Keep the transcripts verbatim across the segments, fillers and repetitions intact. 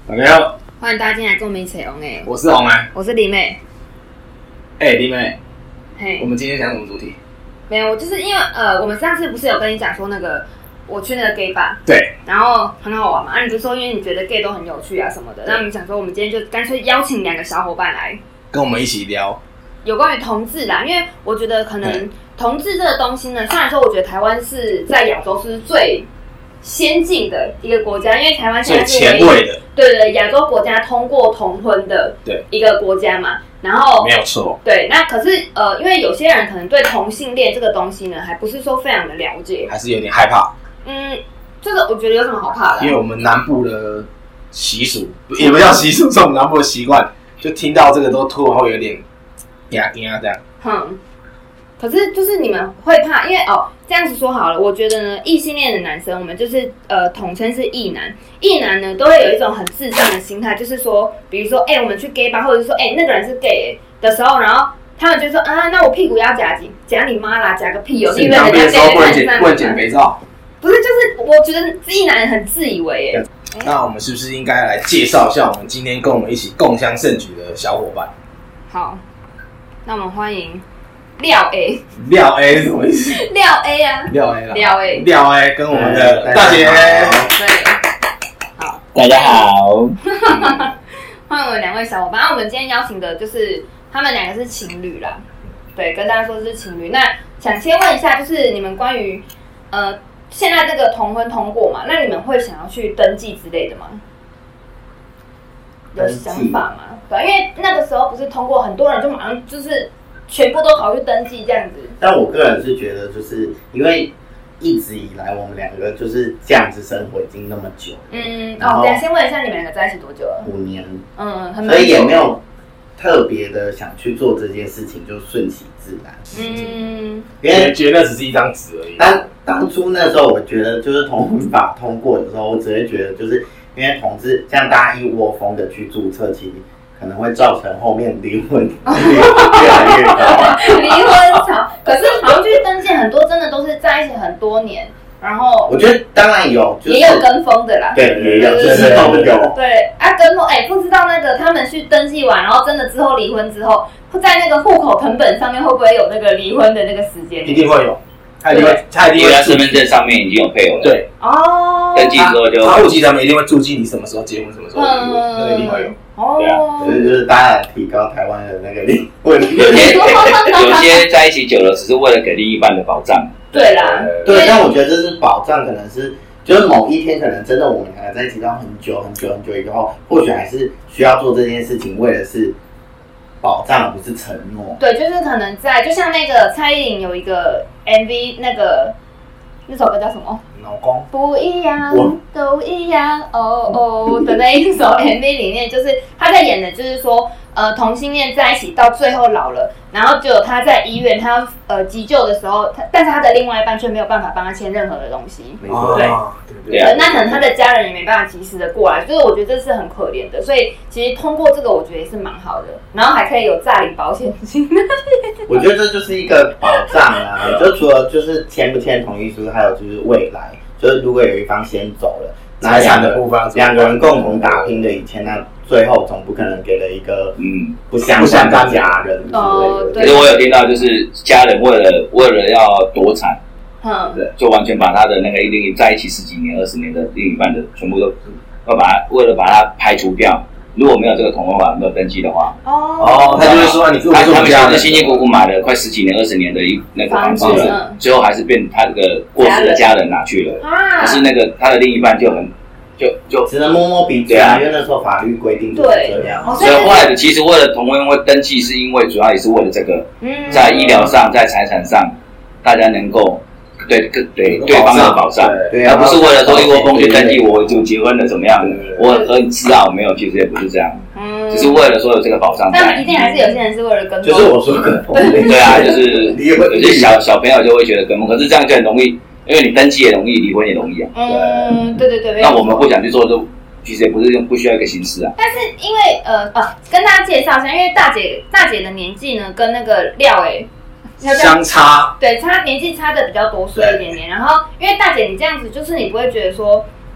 大家好， 欢迎大家进来跟我们一起红诶， 我是红哎， 我是李妹。 哎、欸，李妹， 嘿， 我们今天讲什么主题？ 没有，就是因为呃，我们上次不是有跟你讲说那个我去那个 gay bar， 对， 然后很好玩嘛，啊，你就说因为你觉得 gay 都很有趣啊什么的，那我们想说我们今天就干脆邀请两个小伙伴来跟我们一起聊有关于同志啦，因为我觉得可能同志这个东西呢，虽然说我觉得台湾是在亚洲是最先进的一个国家，因为台湾现在是最前卫的， 对对，亚洲国家通过同婚的一个国家嘛，然后没有错， 对，那可是呃，因为有些人可能对同性恋这个东西呢，还不是说非常的了解， 还是有点害怕。 嗯，这个我觉得有什么好怕的、啊？ 因为我们南部的习俗，也不叫习俗，是我们南部的习惯，就听到这个都突然会有点呀呀这样。 嗯，可是就是你们会怕，因为哦，这样子说好了，我觉得呢，异性恋的男生，我们就是呃统称是异男，异男呢都会有一种很自信的心态，就是说，比如说，哎、欸，我们去 gay bar，或者是说，哎、欸，那个人是 gay 的时候，然后他们就说啊，那我屁股要夹紧，夹你妈啦，夹个屁哦，因为人家 gay 不能减不能减肥皂， 不是，就是我觉得异男很自以为哎。 那我们是不是应该来介绍一下我们今天跟我们一起共襄盛举的小伙伴？ 好，那我们欢迎廖 A。 廖 A 是什么意思？ 廖 A 啊， 廖 A 啦， 廖 A， 廖 A 跟我们的大姐， 对，好， 大家好， 欢迎我们两位小伙伴。那我们今天邀请的就是他们两个是情侣啦，对，跟大家说是情侣。那想先问一下，就是你们关于呃现在这个同婚通过嘛，那你们会想要去登记之类的吗？有想法吗？对，因为那个时候不是通过，很多人就马上就是全部都跑去登记这样子。 但我个人是觉得，就是因为一直以来我们两个就是这样子生活已经那么久了， 嗯，哦，等一下先问一下你们两个在一起多久了？ 五年， 嗯，很所以也没有特别的想去做这件事情，就顺其自然。 嗯， 因为觉得那只是一张纸而已。 但当初那时候，我觉得就是同婚法通过的时候，我只会觉得就是因为同志像大家一窝蜂的去注册，其实可能会造成后面离婚率越来越高。 离婚潮，可是好像去登记很多真的都是在一起很多年，然后我觉得当然有，就是、 也有跟风的啦， 对，也有，就是都有。 对啊，跟风哎、欸，不知道那个他们去登记完，然后真的之后离婚之后，在那个户口誊本上面会不会有那个离婚的那个时间？ 一定会有。他一定会，他一定会， 他身份证上面已经有配偶了。 对， 哦， 登记之后就， 他户籍上面一定会注记你什么时候结婚，什么时候离婚，那一定会有。 哦， 对啊，就是就是大家来提高台湾的那个离婚率。 有些有些在一起久了，只是为了给另一半的保障。 对啦， 对，但我觉得这是保障，可能是就是某一天，可能真的我们两个在一起到很久很久很久以后，或许还是需要做这件事情，为的是保障，不是承诺。 对，就是可能在，就像那个蔡依林有一个 M V， 那个那首歌叫什么？ 老公不一样，都一样，哦哦的那一首 M V 里面，就是他在演的，就是说，呃，同性恋在一起到最后老了，然后只有他在医院，他要呃急救的时候，他但是他的另外一半却没有办法帮他签任何的东西， 没错， 对， 对对，那可能他的家人也没办法及时的过来，就是我觉得这是很可怜的，所以其实通过这个，我觉得也是蛮好的，然后还可以有诈领保险金。 我觉得这就是一个保障啊，就除了就是签不签同意书，还有就是未来，就是如果有一方先走了， 财产的部分， 两个人共同打拼的以前，那最后总不可能给了一个嗯不相干的家人之类的。 哦， 可是我有听到，就是家人为了为了要躲产， 嗯， 对，就完全把他的那个另一在一起十几年、二十年的另一半的全部都要把他为了把他排除掉。如果没有这个同婚法没有登记的话， 哦， 他就会说你是我他他们家就是辛辛苦苦买了快十几年、二十年的一那个房子了， 嗯、 最后还是变他这个过世的家人拿去了。 啊， 可是那个他的另一半就很就就只能摸摸鼻子啊，因为那时候法律规定就是这样。 所以后来的其实为了同婚会登记，是因为主要也是为了这个，在医疗上、在财产上，大家能够。对对对方的保障，而不是为了说一窝蜂去登记我就结婚了怎么样？我和你自傲没有，其实也不是这样，嗯，只是为了说有这个保障在。 但一定还是有些人是为了跟风， 就是我说跟风， 对啊，就是有些小小朋友就会觉得跟风，可是这样就很容易，因为你登记也容易，离婚也容易啊。 嗯，对对对。 那我们不想去做，就其实也不是不需要一个形式啊。 但是因为呃呃，跟大家介绍一下，因为大姐大姐的年纪呢，跟那个廖诶。 相差对差年纪差的比较多岁一点点，然后因为大姐你这样子，就是你不会觉得说，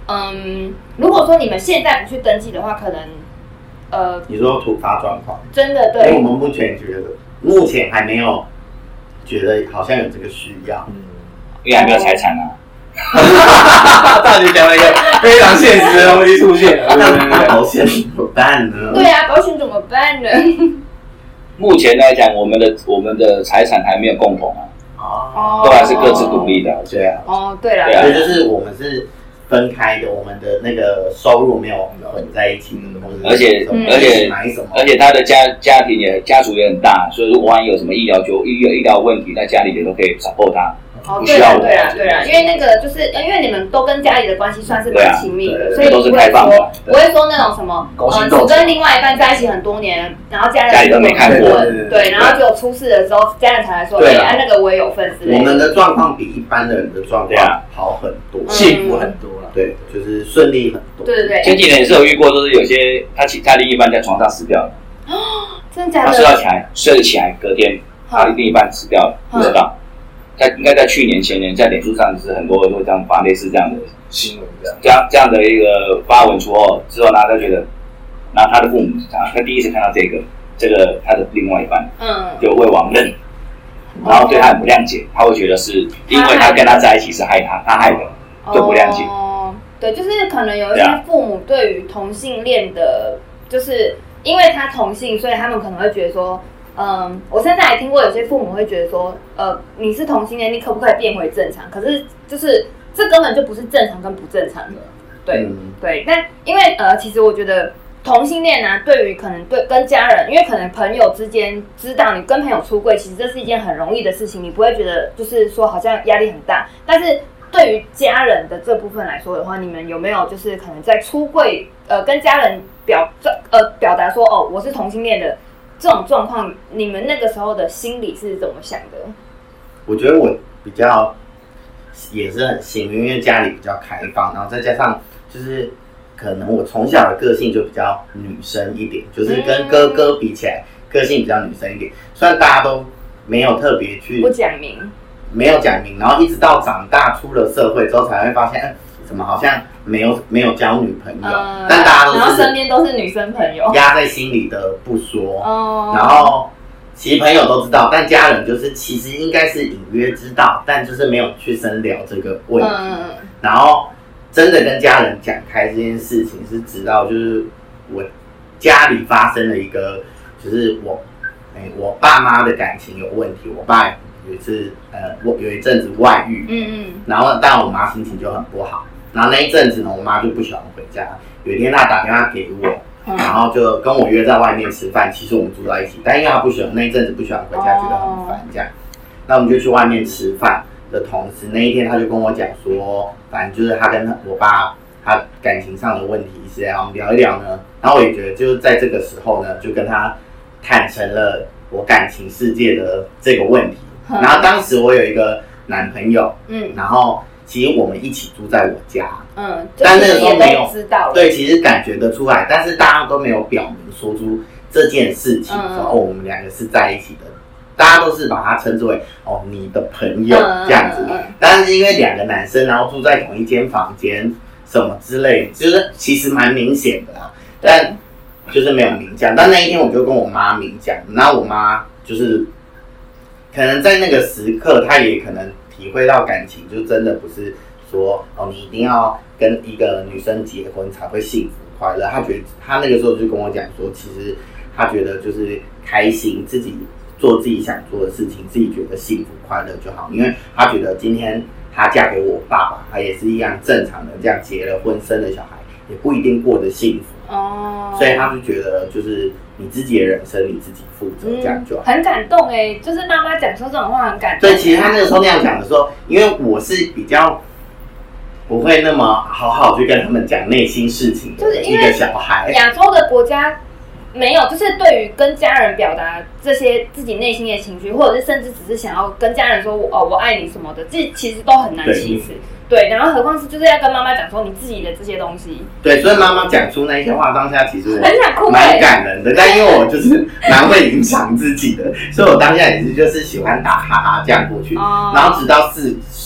嗯，如果说你们现在不去登记的话，可能呃， 你说突发状况， 真的对， 因为我们目前觉得，目前还没有觉得好像有这个需要， 嗯，因为还没有财产啊。 大姐讲了一个非常现实的东西出现了， 那保险怎么办呢？ 对啊，保险怎么办呢？ 目前来讲，我们的我们的财产还没有共同啊， 哦， 都还是各自独立的。 对啊， 哦，对了， 对啊， 所以就是我们是分开的，我们的那个收入没有混在一起的， 而且而且买什么， 而且他的家家庭也家族也很大，所以如果万一有什么医疗就医医疗问题，那家里人都可以 support 他。 哦，对啦，对啦，对啦，因为那个就是，因为你们都跟家里的关系算是蛮亲密的，所以不会说不会说那种什么，呃，只跟另外一半在一起很多年，然后家人家里都没看过， 对，然后只有出事的时候，家人才来说，哎，啊那个我也有份之类的。 我们的状况比一般的人的状况好很多， 幸福很多了， 对，就是顺利很多。 对对对。 前几年也是有遇过，就是有些他其他另一半在床上死掉了， 哦，真的假的？ 他睡到起来，睡了起来，隔天他另一半死掉了，不知道。在应该在去年前年，在脸书上是很多人会这样发类似这样的新闻，这样这样这样的一个发文出后之后呢，他觉得，然后他的父母他第一次看到这个这个他的另外一半，嗯，就会往认，然后对他很不谅解，他会觉得是因为他跟他在一起是害他，他害的，就不谅解。 哦，对，就是可能有一些父母对于同性恋的，就是因为他同性，所以他们可能会觉得说。嗯，我甚至还听过有些父母会觉得说，呃，你是同性恋，你可不可以变回正常？可是就是这根本就不是正常跟不正常的，对、嗯、对。但因为呃，其实我觉得同性恋呢、啊，对于可能对跟家人，因为可能朋友之间知道你跟朋友出柜，其实这是一件很容易的事情，你不会觉得就是说好像压力很大。但是对于家人的这部分来说的话，你们有没有就是可能在出柜呃跟家人表呃表达说哦我是同性恋的？这种状况，你们那个时候的心理是怎么想的？ 我觉得我比较也是很幸运，因为家里比较开放，然后再加上就是可能我从小的个性就比较女生一点，就是跟哥哥比起来，个性比较女生一点。虽然大家都没有特别去不讲明， 没有讲明，然后一直到长大出了社会之后，才会发现，怎么好像没有没有交女朋友，呃、但大家都是， 然后身边都是女生朋友， 压在心里的不说， 哦、 然后其实朋友都知道，但家人就是其实应该是隐约知道，但就是没有去深聊这个问题，嗯、然后真的跟家人讲开这件事情，是直到就是我家里发生了一个，就是我哎、欸、我爸妈的感情有问题，我爸有一次呃我有一阵子外遇，嗯嗯，然后但我妈心情就很不好。然后那一阵子呢，我妈就不喜欢回家。有一天她打电话给我，嗯、然后就跟我约在外面吃饭。其实我们住在一起，但因为她不喜欢那一阵子不喜欢回家，觉得很烦这样。那我们就去外面吃饭的同时，那一天她就跟我讲说，反正就是她跟我爸她感情上的问题是啊，我们聊一聊呢。然后我也觉得就是在这个时候呢，就跟她坦诚了我感情世界的这个问题。嗯、然后当时我有一个男朋友，嗯，然后。其实我们一起住在我家，嗯，但那个时候没有知道， 对，其实感觉得出来，但是大家都没有表明说出这件事情，嗯、说哦，我们两个是在一起的，大家都是把它称之为哦你的朋友这样子。嗯嗯、但是因为两个男生，然后住在同一间房间，什么之类，就是其实蛮明显的啦，但就是没有明讲。但那一天我就跟我妈明讲，然后我妈就是可能在那个时刻，她也可能。体会到感情就真的不是说哦，你一定要跟一个女生结婚才会幸福快乐。他觉得他那个时候就跟我讲说，其实他觉得就是开心，自己做自己想做的事情，自己觉得幸福快乐就好。因为他觉得今天他嫁给我爸爸，他也是一样正常的这样结了婚生了小孩，也不一定过得幸福哦。所以他就觉得就是你自己的人生你自己负责，这样就好。 嗯、很感动哎，就是妈妈讲说这种话很感动。 对，其实他那个时候那样讲的时候，因为我是比较不会那么好好去跟他们讲内心事情的一个小孩。 亚洲的国家没有，就是对于跟家人表达这些自己内心的情绪，或者是甚至只是想要跟家人说我哦我爱你什么的，这其实都很难启齿。对，然后何况是就是要跟妈妈讲说你自己的这些东西。 对，所以妈妈讲出那些话，当下其实我很想哭， 蛮感人的。但因为我就是蛮会影响自己的，所以我当下也是就是喜欢打哈哈这样过去。哦、然后直到事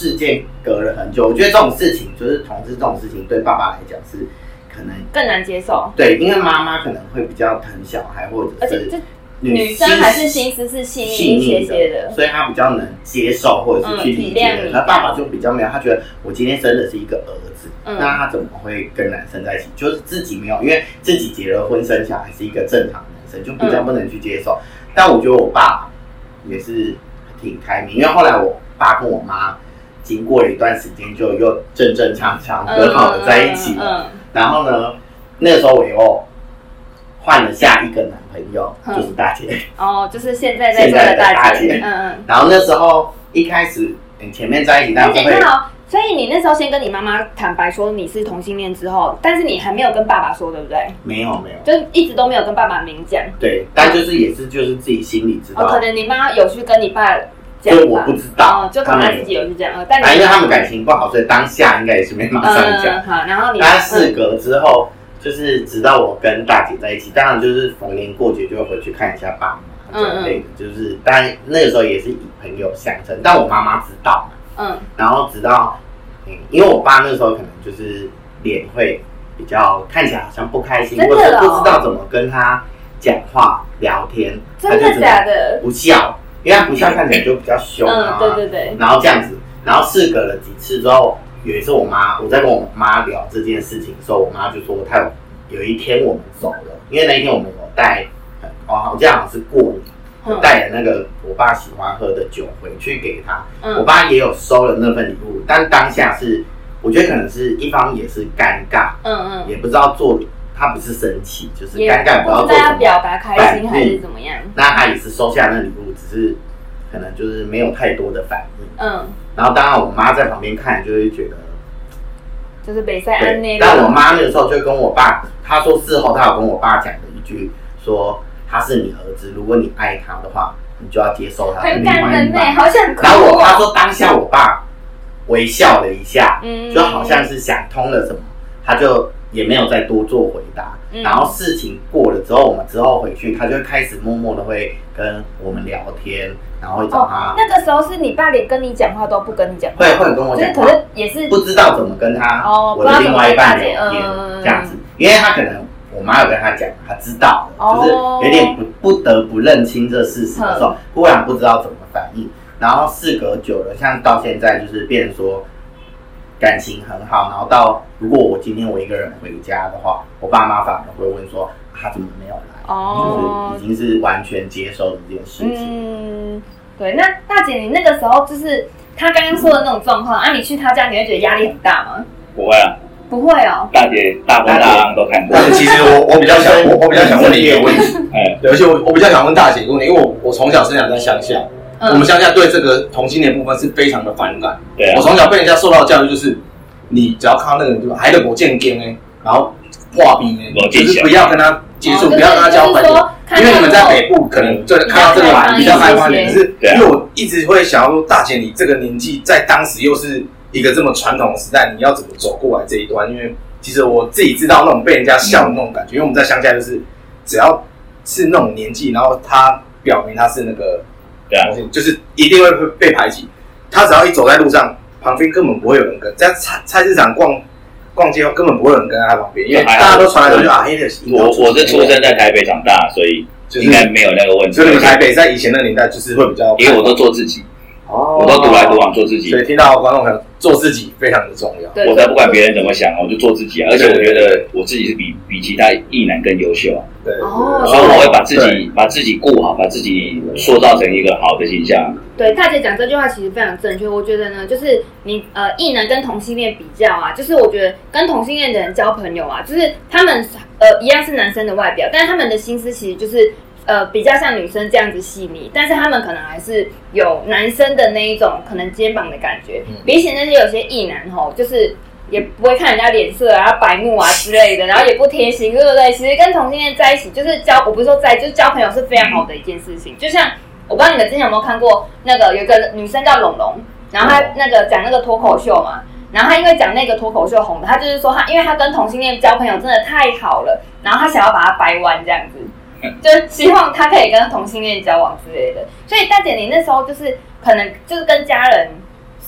事件隔了很久，我觉得这种事情就是同志这种事情，对爸爸来讲是可能更难接受。 对，因为妈妈可能会比较疼小孩，或者是女生还是心思是细腻一些些的， 所以她比较能接受或者是去理解的。那、嗯、爸爸就比较没有，他觉得我今天生的是一个儿子，嗯、那他怎么会跟男生在一起？就是自己没有，因为自己结了婚生小孩是一个正常的男生，就比较不能去接受。嗯、但我觉得我爸也是挺开明，因为后来我爸跟我妈经过了一段时间，就又正正常常和好的在一起了。嗯嗯嗯、然后呢，那个时候我又换了下一个男朋友，嗯、就是大姐。哦，就是现在在这个大姐。嗯嗯。然后那时候一开始，你前面在一起，但是会。 所以你那时候先跟你妈妈坦白说你是同性恋之后，但是你还没有跟爸爸说，对不对？ 没有没有， 就一直都没有跟爸爸明讲。 对，但就是也是就是自己心里知道。 哦，可能你妈有去跟你爸讲， 就我不知道， 哦、就可能他自己有去讲。但因为他们感情不好，所以当下应该也是没马上讲。 嗯、好，然后你。 但事隔之后，就是直到我跟大姐在一起，当然就是逢年过节就会回去看一下爸妈之类的，嗯嗯就是当然那个时候也是以朋友相称，但我妈妈知道嘛。嗯。然后直到。嗯，因为我爸那时候可能就是脸会比较看起来好像不开心， 哦、 或者不知道怎么跟他讲话聊天， 真的假的？ 不笑，因为他不笑看起来就比较凶啊。 嗯，对对对。 然后这样子，然后事隔了几次之后，有一次我妈我在跟我妈聊这件事情的时候，我妈就说她有有一天我们走了，因为那一天我们有带，哦，我记得好像是过年。带了那个我爸喜欢喝的酒回去给他，嗯、我爸也有收了那份礼物，但当下是我觉得可能是一方也是尴尬，嗯嗯，也不知道做，他不是生气，就是尴尬，不知道做什么表达开心还是怎么样。 那他也是收下那礼物，只是可能就是没有太多的反应，嗯。然后当然我妈在旁边看，就会觉得就是北塞安内。 但我妈那个时候就跟我爸，她说事后她有跟我爸讲的一句说。他是你儿子，如果你爱他的话，你就要接受他的另外一半。 好想哭、哦。 然后我他说当下我爸微笑了一下，嗯、就好像是想通了什么，他就也没有再多做回答。嗯、然后事情过了之后，我们之后回去，他就开始默默的会跟我们聊天，然后会找他。 哦、那个时候是你爸连跟你讲话都不跟你讲话， 会会跟我讲话， 可是也是不知道怎么跟他、哦、我的另外一半聊天、嗯、这样子，因为他可能。我妈有跟他讲，他知道的，就是有点不不得不认清这事实的时候，忽然不知道怎么反应。然后事隔久了，像到现在就是变成说感情很好，然后到如果我今天我一个人回家的话，我爸妈反而会问说他怎么没有来，哦、就是已经是完全接受这件事情。 嗯，对。那大姐，你那个时候就是他刚刚说的那种状况，啊，你去他家，你会觉得压力很大吗？ 不会啊。 不会哦， 大姐大风大浪都看过。 但是其实我我比较想我我比较想问你一个问题，哎，对，而且我我比较想问大姐一个问题，因为我我从小生长在乡下，嗯、我们乡下对这个同性恋部分是非常的反感。对、啊，我从小被人家受到教育就是，你只要看到那个人就还得我见见哎，然后话冰哎，就是不要跟他接触，哦就是、不要跟他交朋友，因为你们在北部可能就看到这个人比较开放一点，可是因为我一直会想要说，大姐你这个年纪在当时又是。一个这么传统的时代，你要怎么走过来这一段？因为其实我自己知道那种被人家笑的那种感觉，因为我们在乡下就是只要是那种年纪，然后他表明他是那个，对啊，就是一定会被排挤。他只要一走在路上，旁边根本不会有人跟，在菜菜市场逛逛街根本不会有人跟在他旁边，因为大家都传来传去啊，黑的。 我我是出生在台北长大，所以应该没有那个问题。 所以你们台北在以前那个年代就是会比较， 因为我都做自己。哦，我都独来独往做自己， 所以听到观众朋友做自己非常的重要。 我才不管别人怎么想，我就做自己啊！而且我觉得我自己是比比其他异男更优秀啊。对，所以我会把自己把自己顾好，把自己塑造成一个好的形象。 对，大姐讲这句话其实非常正确。我觉得呢，就是你呃异男跟同性恋比较啊，就是我觉得跟同性恋的人交朋友啊，就是他们呃一样是男生的外表，但是他们的心思其实就是。呃，比较像女生这样子细腻，但是他们可能还是有男生的那一种可能肩膀的感觉。嗯、比起那些有些异男吼，就是也不会看人家脸色啊、白目啊之类的，然后也不贴心，对不对？其实跟同性恋在一起，就是交，我不是说在，就是交朋友是非常好的一件事情。就像我不知道你们之前有没有看过那个有一个女生叫龙龙，然后她那个讲那个脱口秀嘛，然后她因为讲那个脱口秀红的，她就是说她因为她跟同性恋交朋友真的太好了，然后她想要把它掰弯这样子。就希望他可以跟同性恋交往之类的，所以大姐你那时候就是可能就是跟家人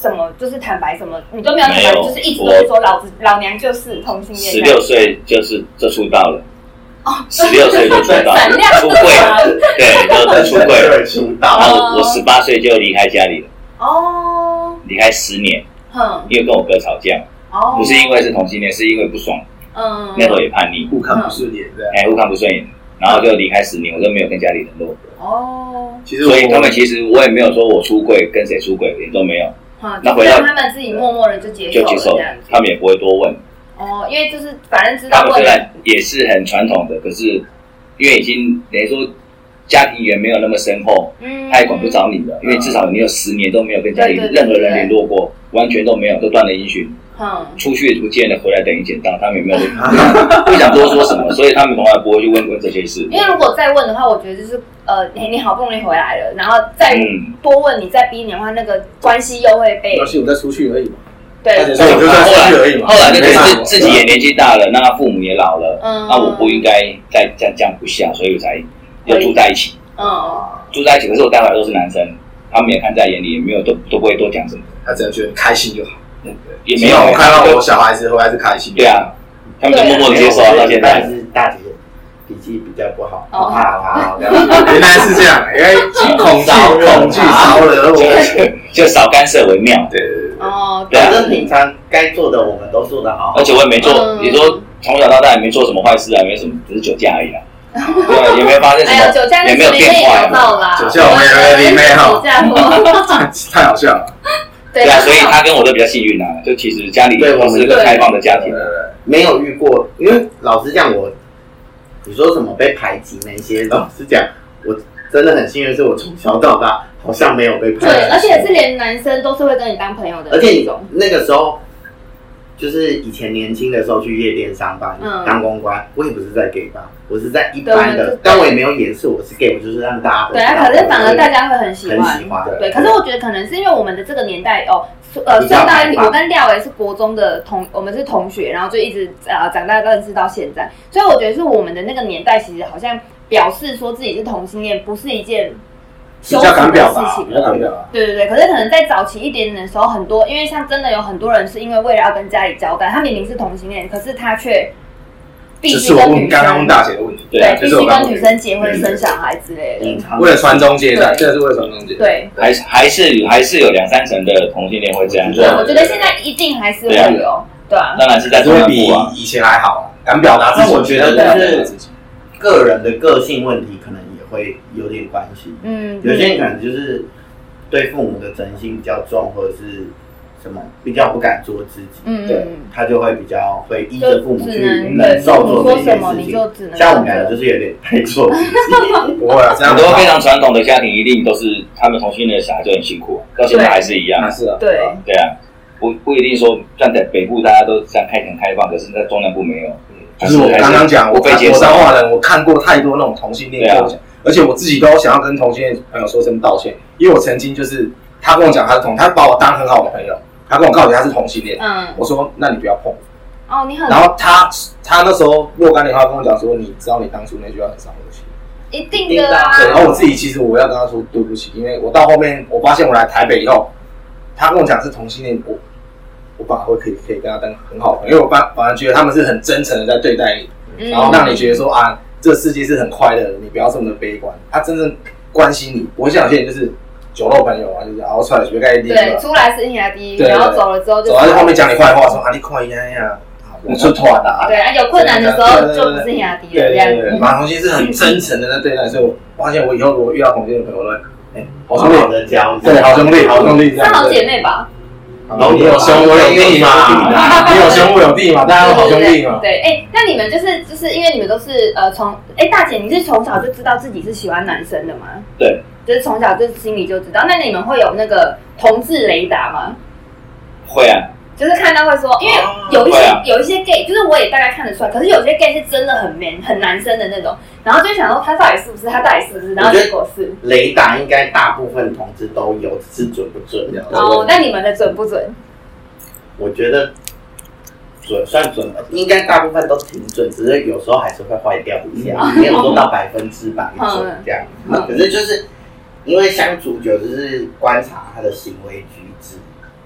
什么就是坦白什么，你都没有坦白，就是一直都是说老子老娘就是同性恋。 十六岁就是就出道了。哦，十六岁就出道，出柜，对，都出柜了， 出道。 然后我十八岁就离开家里了， 哦， 离开十年，嗯，因为跟我哥吵架，哦，不是因为是同性恋，是因为不爽，嗯，那时候也叛逆， 互看不顺眼， 哎，互看不顺眼，然后就离开十年，我就没有跟家里联络， 哦， 其实所以他们其实我也没有说我出柜跟谁出柜，也都没有， 那回到他们自己默默的就接受， 就接受，他们也不会多问。 哦，因为就是反正知道， 他们虽然也是很传统的，可是因为已经等于说家庭缘没有那么深厚，嗯，他也管不着你了，因为至少你有十年都没有跟家里任何人联络过，完全都没有，都断了音讯。嗯，出去也不见得回来等于捡到，他们也没有不想多说什么，所以他们从来不会去问问这些事。 因为如果再问的话，我觉得就是呃，你你好不容易回来了，然后再多问你再逼你的话，那个关系又会被。 而且我再出去而已嘛。 对， 我就在出去而已嘛。 后来就自自己也年纪大了，那他父母也老了，嗯，那我不应该再这样这样不孝，所以我才要住在一起。嗯，住在一起，可是我带回来都是男生，他们也看在眼里，也没有都都不会多讲什么。 他只能觉得开心就好。 也没有， 我看到我小孩子回来是开心。 对啊，他们就默默的接受到现在。 是大姐脾气比较不好，怕他。 原来是这样，因为恐惧恐惧少了， 就少干涉为妙。 对对对。 哦， 反正平常该做的我们都做得好， 而且我也没做。你说从小到大也没做什么坏事啊，没什么，只是酒驾而已啦。对，也没有发生什么， 酒驾也没有变坏啦。 酒驾我们也没有，太好笑了。 对啊，所以他跟我都比较幸运啊。就其实家里都是一个开放的家庭， 没有遇过。因为老实讲，我你说什么被排挤那些，老实讲，我真的很幸运，是我从小到大好像没有被排挤。 对，而且是连男生都是会跟你当朋友的。 而且那个时候，就是以前年轻的时候去夜店上班，嗯、当公关，我也不是在 gay 吧，我是在一般的，但我也没有掩饰我是 gay， 我就是让大家对啊，可是反而大家会很喜欢， 很喜欢。 对，可是我觉得可能是因为我们的这个年代哦，呃，虽然大家我跟廖伟是国中的同，我们是同学，然后就一直呃长大认识到现在，所以我觉得是我们的那个年代，其实好像表示说自己是同性恋，不是一件羞耻的事情了。对对对，可是可能在早期一点点的时候，很多因为像真的有很多人是因为为了要跟家里交代，他明明是同性恋，可是他却必须跟女生， 刚刚问大姐的问题， 对，必须跟女生结婚生小孩之类的， 为了传宗接代，这是为了传宗接代。 对， 还是还是还是有两三成的同性恋会这样做。 对，我觉得现在一定还是会有，对啊， 当然是在中南部啊， 以前还好，敢表达自己。 那我觉得就是个人的个性问题，可能也会有点关系。嗯，有些人可能就是对父母的真心比较重，或者是什么比较不敢做自己，嗯，对，他就会比较会依着父母去忍受做这件事情。像我们两个就是有点太做自己， 不会啊，这样很多非常传统的家庭一定都是他们同性恋的小孩就很辛苦，到现在还是一样， 是啊， 对对啊，不不一定说像在北部大家都这样开很开放，可是在中南部没有。 就是我刚刚讲，我我彰化人，我看过太多那种同性恋跟我讲，而且我自己都想要跟同性恋朋友说声道歉，因为我曾经就是他跟我讲他是同，他把我当很好的朋友，他跟我告诉他是同性恋，嗯，我说那你不要碰， 哦，你很， 然后他他那时候若干年后跟我讲说，你知道你当初那句话很伤我的心， 一定的啊， 对，然后我自己其实我要跟他说对不起，因为我到后面我发现我来台北以后，他跟我讲是同性恋，我。我反而会可以可以跟他当很好的朋友，因为我反反而觉得他们是很真诚的在对待你，嗯、然后让你觉得说啊，这个世界是很快乐的，你不要这么的悲观。他真正关心你，我想有些人就是酒肉朋友啊，就是然后出来学盖第一， 对，出来是天涯第一，然后走了之后就走到后面讲你坏话，说啊你快呀呀，我出团啦， 对啊，有困难的时候就不是天涯第一了，这样。 马同学是很真诚的在对待，所以我发现我以后如果遇到同性的朋友，都哎， 好兄弟的交， 对，好兄弟，好兄弟， 是好姐妹吧？ 你有兄我有弟嘛？你有兄我有弟嘛？大家都好兄弟嘛？ 对，哎、欸，那你们就是就是因为你们都是呃从哎、欸、大姐，你是从小就知道自己是喜欢男生的吗？ 对， 就是从小就心里就知道。那你们会有那个同志雷达吗？ 会啊。 就是看到会说，因为有一些、啊、有一些 gay， 就是我也大概看得出来，可是有些 gay 是真的很 man 很男生的那种，然后就想说他到底是不是，他到底是不是，然后结果是雷达应该大部分同志都有，只是准不准这样。 哦，那你们的准不准？ 我觉得准算准，应该大部分都挺准，只是有时候还是会坏掉一下，没有做到百分之百准这样。可是就是因为相处久，就是观察他的行为举止。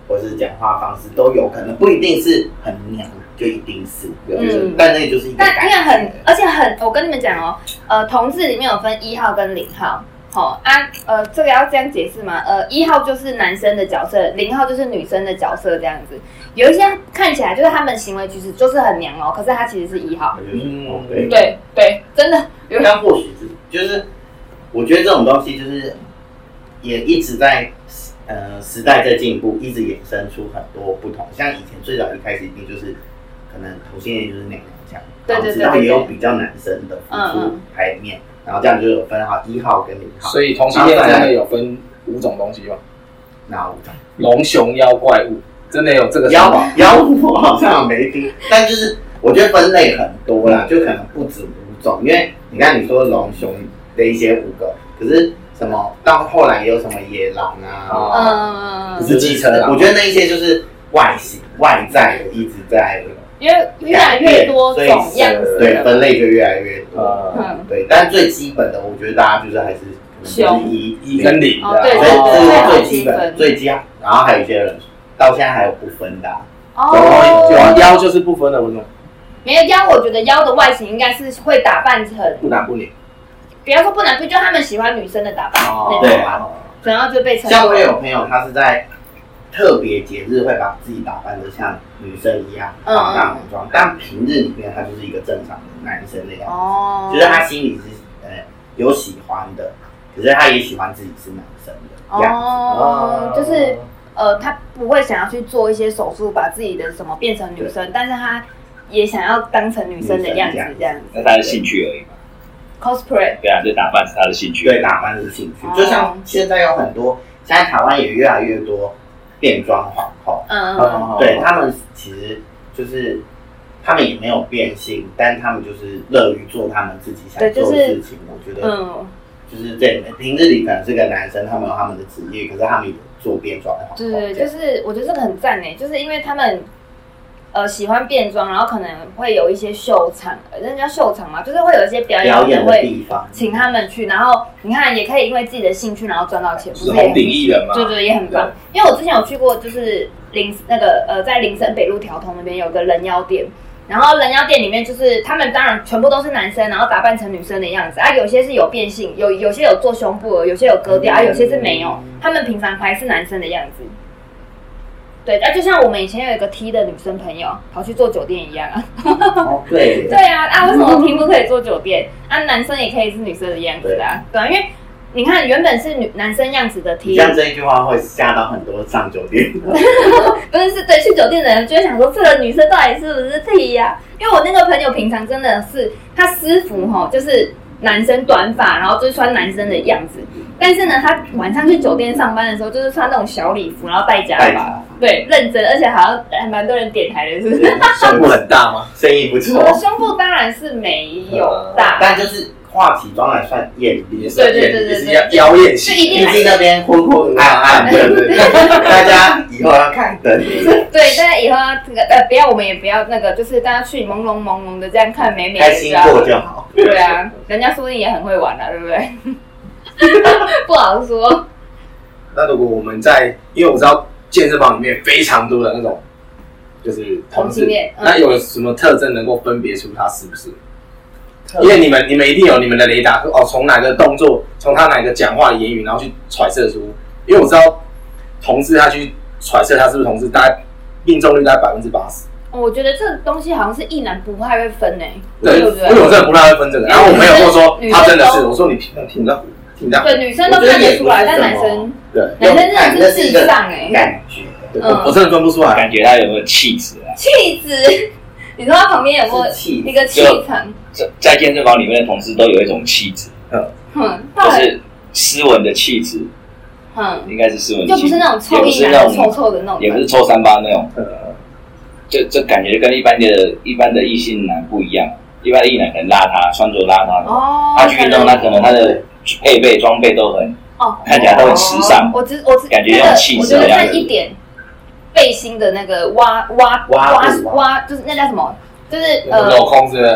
或是讲话方式都有可能，不一定是很娘，就一定是，嗯，但那就是一个感觉。 但因为很，而且很，我跟你们讲哦，呃，同志里面有分一号跟零号。好、哦、啊，呃，这个要这样解释吗？呃，一号就是男生的角色，零号就是女生的角色，这样子。有一些看起来就是他们行为举止就是很娘哦，可是他其实是一号。 嗯， 对对对，真的。 但或许是，就是我觉得这种东西就是也一直在呃时代在进步，一直衍生出很多不同。像以前最早一开始一定就是可能同性恋就是娘娘腔， 对对对对对， 然后直到也有比较男生的浮出台面。嗯嗯，然后这样就有分好一号跟零号， 所以同性恋真的有分五种东西吗？ 哪五种？ 龙熊妖怪物，真的有这个妖妖物我好像没听，但就是我觉得分类很多啦，就可能不止五种，因为你看你说龙熊的一些五个，可是什么到后来也有什么野狼啊， 嗯， 不是机车狼， 我觉得那一些就是外形外在的一直在。 因为越来越多种样子， 对，分类就越来越多。嗯，对，但最基本的，我觉得大家就是还是熊一一跟零， 对， 这是最基本、最基。然后还有一些人到现在还有不分的。 哦， 有腰就是不分的，为什么？ 没有腰，我觉得腰的外形应该是会打扮成不男不女。 不要说不男不女，就他们喜欢女生的打扮那种吧，然后就被称。 像我有朋友，他是在特别节日会把自己打扮得像女生一样放大浓妆，但平日里面他就是一个正常的男生的样子，哦，就是他心里是呃有喜欢的，可是他也喜欢自己是男生的样子， 哦，就是呃他不会想要去做一些手术把自己的什么变成女生，但是他也想要当成女生的样子这样子。 那他的兴趣而已嘛。 cosplay 对啊，就打扮是他的兴趣。 对，打扮是兴趣，就像现在有很多，现在台湾也越来越多。变装皇后，嗯嗯，对他们其实就是他们也没有变性，但他们就是乐于做他们自己想做的事情。我觉得，嗯，就是这平日里可能是个男生，他们有他们的职业，可是他们也做变装皇后。 对，就是我觉得这个很赞诶，就是因为他们呃喜欢变装，然后可能会有一些秀场，人家秀场嘛，就是会有一些表演的会请他们去，然后你看也可以因为自己的兴趣，然后赚到钱，不是红顶艺人嘛？ 对对，也很棒。因为我之前有去过，就是林那个呃，在林森北路条通那边有个人妖店，然后人妖店里面就是他们当然全部都是男生，然后打扮成女生的样子啊，有些是有变性，有有些有做胸部，有些有割掉啊，有些是没有，他们平常还是男生的样子。对，啊，就像我们以前有一个 T 的女生朋友跑去做酒店一样啊。 哦，对。 对啊，啊，为什么 T 不可以做酒店？啊，男生也可以是女生的样子啊。对啊，因为你看原本是女男生样子的 T， 像这一句话会吓到很多上酒店的。 不是，是对去酒店的人就会想说，这个女生到底是不是 T 呀、啊？因为我那个朋友平常真的是他私服哈，就是男生短发，然后就是穿男生的样子。但是呢，他晚上去酒店上班的时候，就是穿那种小礼服，然后戴假发，对，认真，而且好像还蛮多人点台的，是不是？ 胸部很大吗？ 生意不错。 我胸部当然是没有大， 但就是化起妆来算艳丽， 对对对对对， 妖艳系， 毕竟那边昏昏暗暗的，对对，大家以后要看灯。 对，大家以后要这个呃，不要，我们也不要那个，就是大家去朦胧朦胧的这样看美美的， 开心过就好。 对啊，人家说不定也很会玩啊，对不对？不好说。 那如果我们在，因为我知道健身房里面非常多的那种，就是同志，嗯、那有什么特征能够分别出他是不是？因为你们你们一定有你们的雷达哦，从哪个动作，从他哪个讲话的言语，然后去揣测出。因为我知道同志他去揣测他是不是同志，大概命中率大概百分之八十。 我觉得这个东西好像是异男不太会分诶、欸， 对， 对不对？ 因为我真的不太会分这个。然后我朋友跟我说他真的是，我说你听听到听到， 对，女生都看得出来，但男生对， 男生真的是智障诶、欸， 感觉， 对，我我真的分不出来， 感觉他有没有气质啊？ 气质，你说他旁边有没有一个气场？ 在健身房里面的同事都有一种气质，嗯，就是斯文的气质，嗯，应该是斯文的气质， 就不是那种臭一男臭臭的那种， 也不是臭三八那种，呃，这这感觉跟一般的一般的异性男不一样，一般的异男可能邋遢，穿着邋遢，哦，他去运动，他可能他的配备装备都很，哦，看起来都很时尚， 我只我只感觉有气质的样子， 我觉得看一点背心的那个挖挖挖挖，就是那叫什么？就是呃， 镂空是，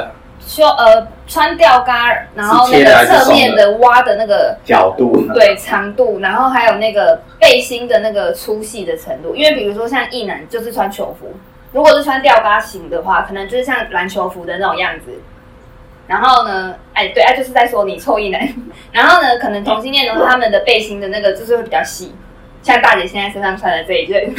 修呃穿吊嘎，然后那个侧面的挖的那个角度， 对长度，然后还有那个背心的那个粗细的程度。因为比如说像异男就是穿球服，如果是穿吊嘎型的话，可能就是像篮球服的那种样子。然后呢，哎，对，哎，就是在说你臭异男。然后呢，可能同性恋的话，他们的背心的那个就是会比较细。像大姐现在身上穿的这一件，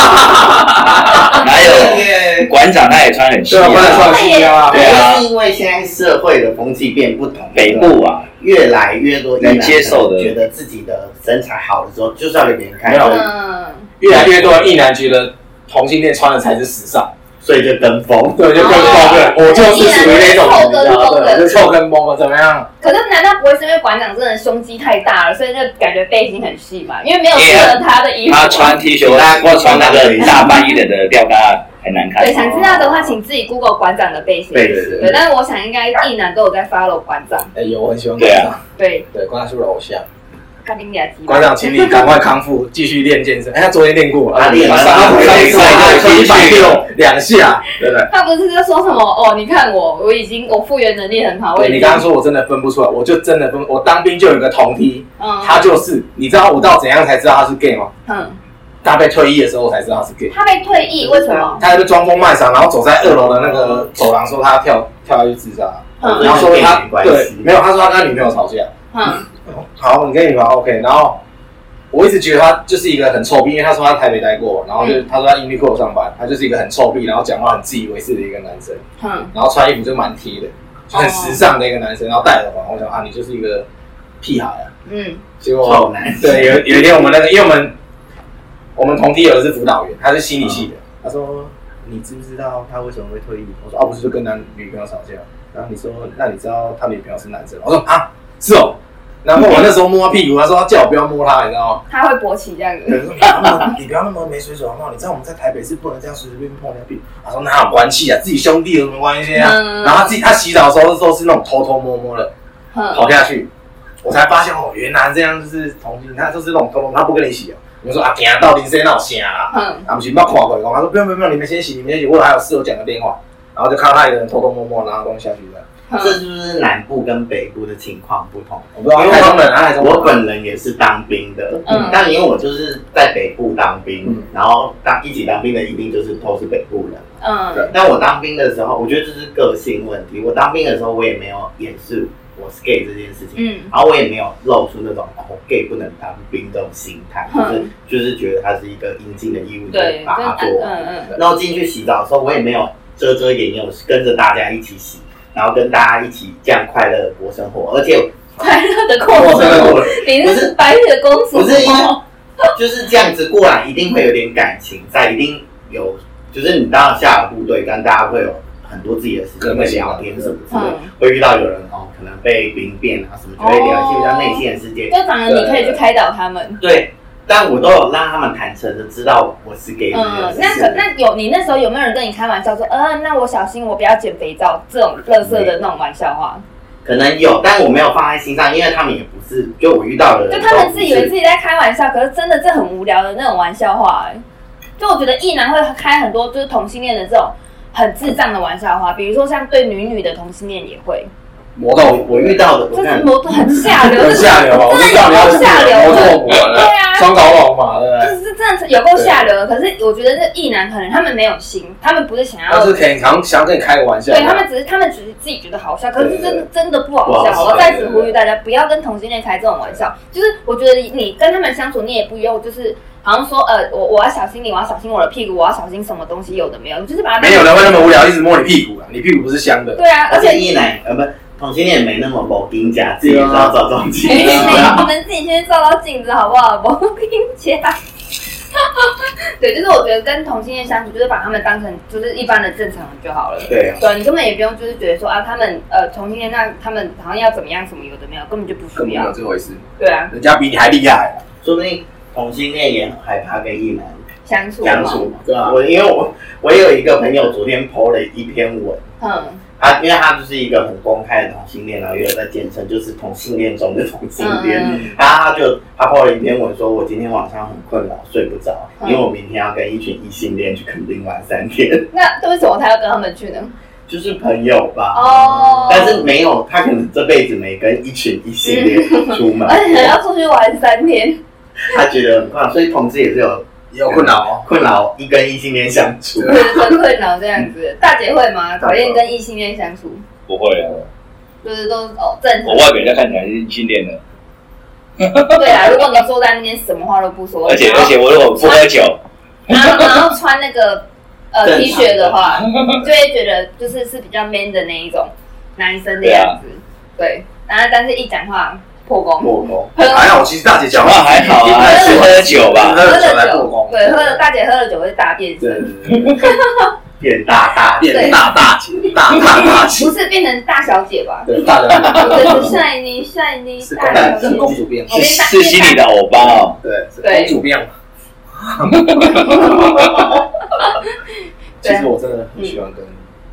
还有馆长他也穿很细啊， 馆长穿很细啊， 对啊，是因为现在社会的风气变不同， 北部啊， 越来越多能接受的， 觉得自己的身材好的时候，就是要给别人看。 嗯， 越来越多的异男觉得同性恋穿的才是时尚。 所以就跟风， 对，就跟风，对，我就是属于那种臭跟风的， 就臭跟风了，怎么样？ 可是难道不会是因为馆长真的胸肌太大了，所以就感觉背心很细嘛？因为没有适合他的衣服。 他穿 T 恤，他光穿那个大半一点的吊带很难看。 对，想知道的话，请自己 Google 馆长的背心。 对对对。 对，但是我想应该异男都有在 follow 馆长。 哎，有，我很喜欢馆长。 对对，馆长是我的偶像。 馆长，请你赶快康复，继续练健身。哎，他昨天练过， 他练了， 他回来一次一百六两下，对不对？ 他不是在说什么哦？你看我，我已经我复原能力很好。 对，你刚刚说我真的分不出来，我就真的分。我当兵就有一个同梯，嗯，他就是，你知道我到怎样才知道他是 gay 吗？嗯，他被退役的时候我才知道他是 gay。 他被退役为什么？ 他被装疯卖傻，然后走在二楼的那个走廊，说他要跳跳下去自杀，嗯，然后说他对，没有，他说他跟他女朋友吵架，嗯，好，你跟你女朋友 OK， 然后。我一直觉得他就是一个很臭屁，因为他说他在台北待过，然后就、嗯、他说他 Uniqlo 上班，他就是一个很臭屁，然后讲话很自以为是的一个男生，嗯，然后穿衣服就蛮 T 的，就很时尚的一个男生，然后戴耳环，我想啊，你就是一个屁孩啊，嗯，结果臭男生， 对，有有一天我们那个，因为我们我们同梯有的是辅导员，他是心理系的，嗯、他说你知不知道他为什么会退役？我说啊，不是就跟男女朋友吵架，然后你说那你知道他女朋友是男生？我说啊，是哦。然后我那时候摸他屁股，他说他叫我不要摸他，你知道吗？ 他会勃起这样子。 你不要那么没水准好不好？你知道我们在台北是不能这样随随便便碰人家屁股。他说哪有关系啊，自己兄弟有什么关系啊？嗯、然后他自己他洗澡的时候，时候是那种偷偷摸摸的跑下去，我才发现哦，原来这样就是同性，他就是那种偷偷，他不跟你洗哦。我说啊，惊到林生闹声啦，嗯，啊不是不要看过来讲，他说不用不用不用，你们先洗，你们先洗，我还有室友讲个电话，然后就看到他一个人偷偷摸摸拿东西下去的。 这是不是南部跟北部的情况不同？ 我不知道，因为我我本人也是当兵的，嗯，但因为我就是在北部当兵，嗯、然后当一起当兵的一定就是都是北部人，嗯，对。但我当兵的时候，我觉得这是个性问题。我当兵的时候，我也没有掩饰我是 gay 这件事情，嗯，然后我也没有露出那种哦 gay 不能当兵这种心态，就是、嗯、就是觉得它是一个应尽的义务，对，把它做完。嗯嗯。然后进去洗澡的时候，我也没有遮遮掩掩，我是跟着大家一起洗。然后跟大家一起这样快乐的过生活，而且快乐的过生活，你那是白雪公主， 不是因为就是这样子过来，一定会有点感情在，一定有，就是你当然下了部队，但大家会有很多自己的时间会聊天什么之类，嗯、会遇到有人哦，可能被兵变啊什么，就会聊一些比较内心的世界。 就反而你可以去开导他们。 对。但我都有让他们坦诚的知道我是 gay 的。 嗯，那可那有你那时候有没有人跟你开玩笑说，呃，那我小心我不要减肥皂这种垃圾的那种玩笑话？ 可能有，但我没有放在心上，因为他们也不是，就我遇到的人， 就他们自以为自己在开玩笑，可是真的这很无聊的那种玩笑话、欸。就我觉得异男会开很多就是同性恋的这种很智障的玩笑话，比如说像对女女的同性恋也会。 磨到我遇到的， 这是磨很下流， 很下流， 真的有够下流的，对啊， 双搞老嘛，对不对？就是真的有够下流的。可是我觉得这异男可能他们没有心，他们不是想要， 他是可能想想跟你开个玩笑， 对他们只是他们只是自己觉得好笑，可是真的真的不好笑。我在此呼吁大家不要跟同性恋开这种玩笑。就是我觉得你跟他们相处，你也不用就是好像说呃，我我要小心你，我要小心我的屁股，我要小心什么东西有的没有，你就是把它没有人会那么无聊一直摸你屁股啊，你屁股不是香的。 对啊， 而且异男呃不。同性恋没那么某丁家，自己也是要照照镜子。 你们自己先照照镜子好不好？某丁家。对，就是我觉得跟同性恋相处，就是把他们当成就是一般的正常人就好了。 对、啊， 对，你根本也不用就是觉得说啊，他们呃同性恋那他们好像要怎么样什么有的没有，根本就不需要。 没有这回事。 对啊， 人家比你还厉害、啊， 说不定同性恋也很害怕跟异男相处相处嘛。对啊，我因为我我也有一个朋友昨天 po 了一篇文，嗯。他因为他就是一个很公开的同性恋，然后也有在健身，就是同性恋中的同性恋。嗯、然后他就他 po 了一篇文说，我今天晚上很困扰，睡不着，嗯、因为我明天要跟一群异性恋去垦丁玩三天。 那为什么他要跟他们去呢？ 就是朋友吧。 哦， 但是没有，他可能这辈子没跟一群异性恋出门， 而且要出去玩三天， 他觉得很困扰，所以同志也是有也有困扰哦， 困扰一跟异性恋相处， 对，很困扰这样子。大姐会吗？讨厌跟异性恋相处？ 不会啊， 就是都哦正常。 我外表人家看起来是异性恋的。 对啊，如果你坐在那边什么话都不说， 而且而且我如果不喝酒， 然后然后穿那个呃 T 恤的话，就会觉得就是是比较 man 的那一种男生的样子。对，然后但是一讲话破功， 破功。 还好，其实大姐讲话还好啊，是喝酒吧？ 喝了酒，对，喝了大姐喝了酒会大变身， 变大大变大大姐，大大大姐， 不是变成大小姐吧？ 对，大的， 对，是晒你晒你大小姐， 公主变， 是心里的欧巴哦， 对，公主变。其实我真的很喜欢跟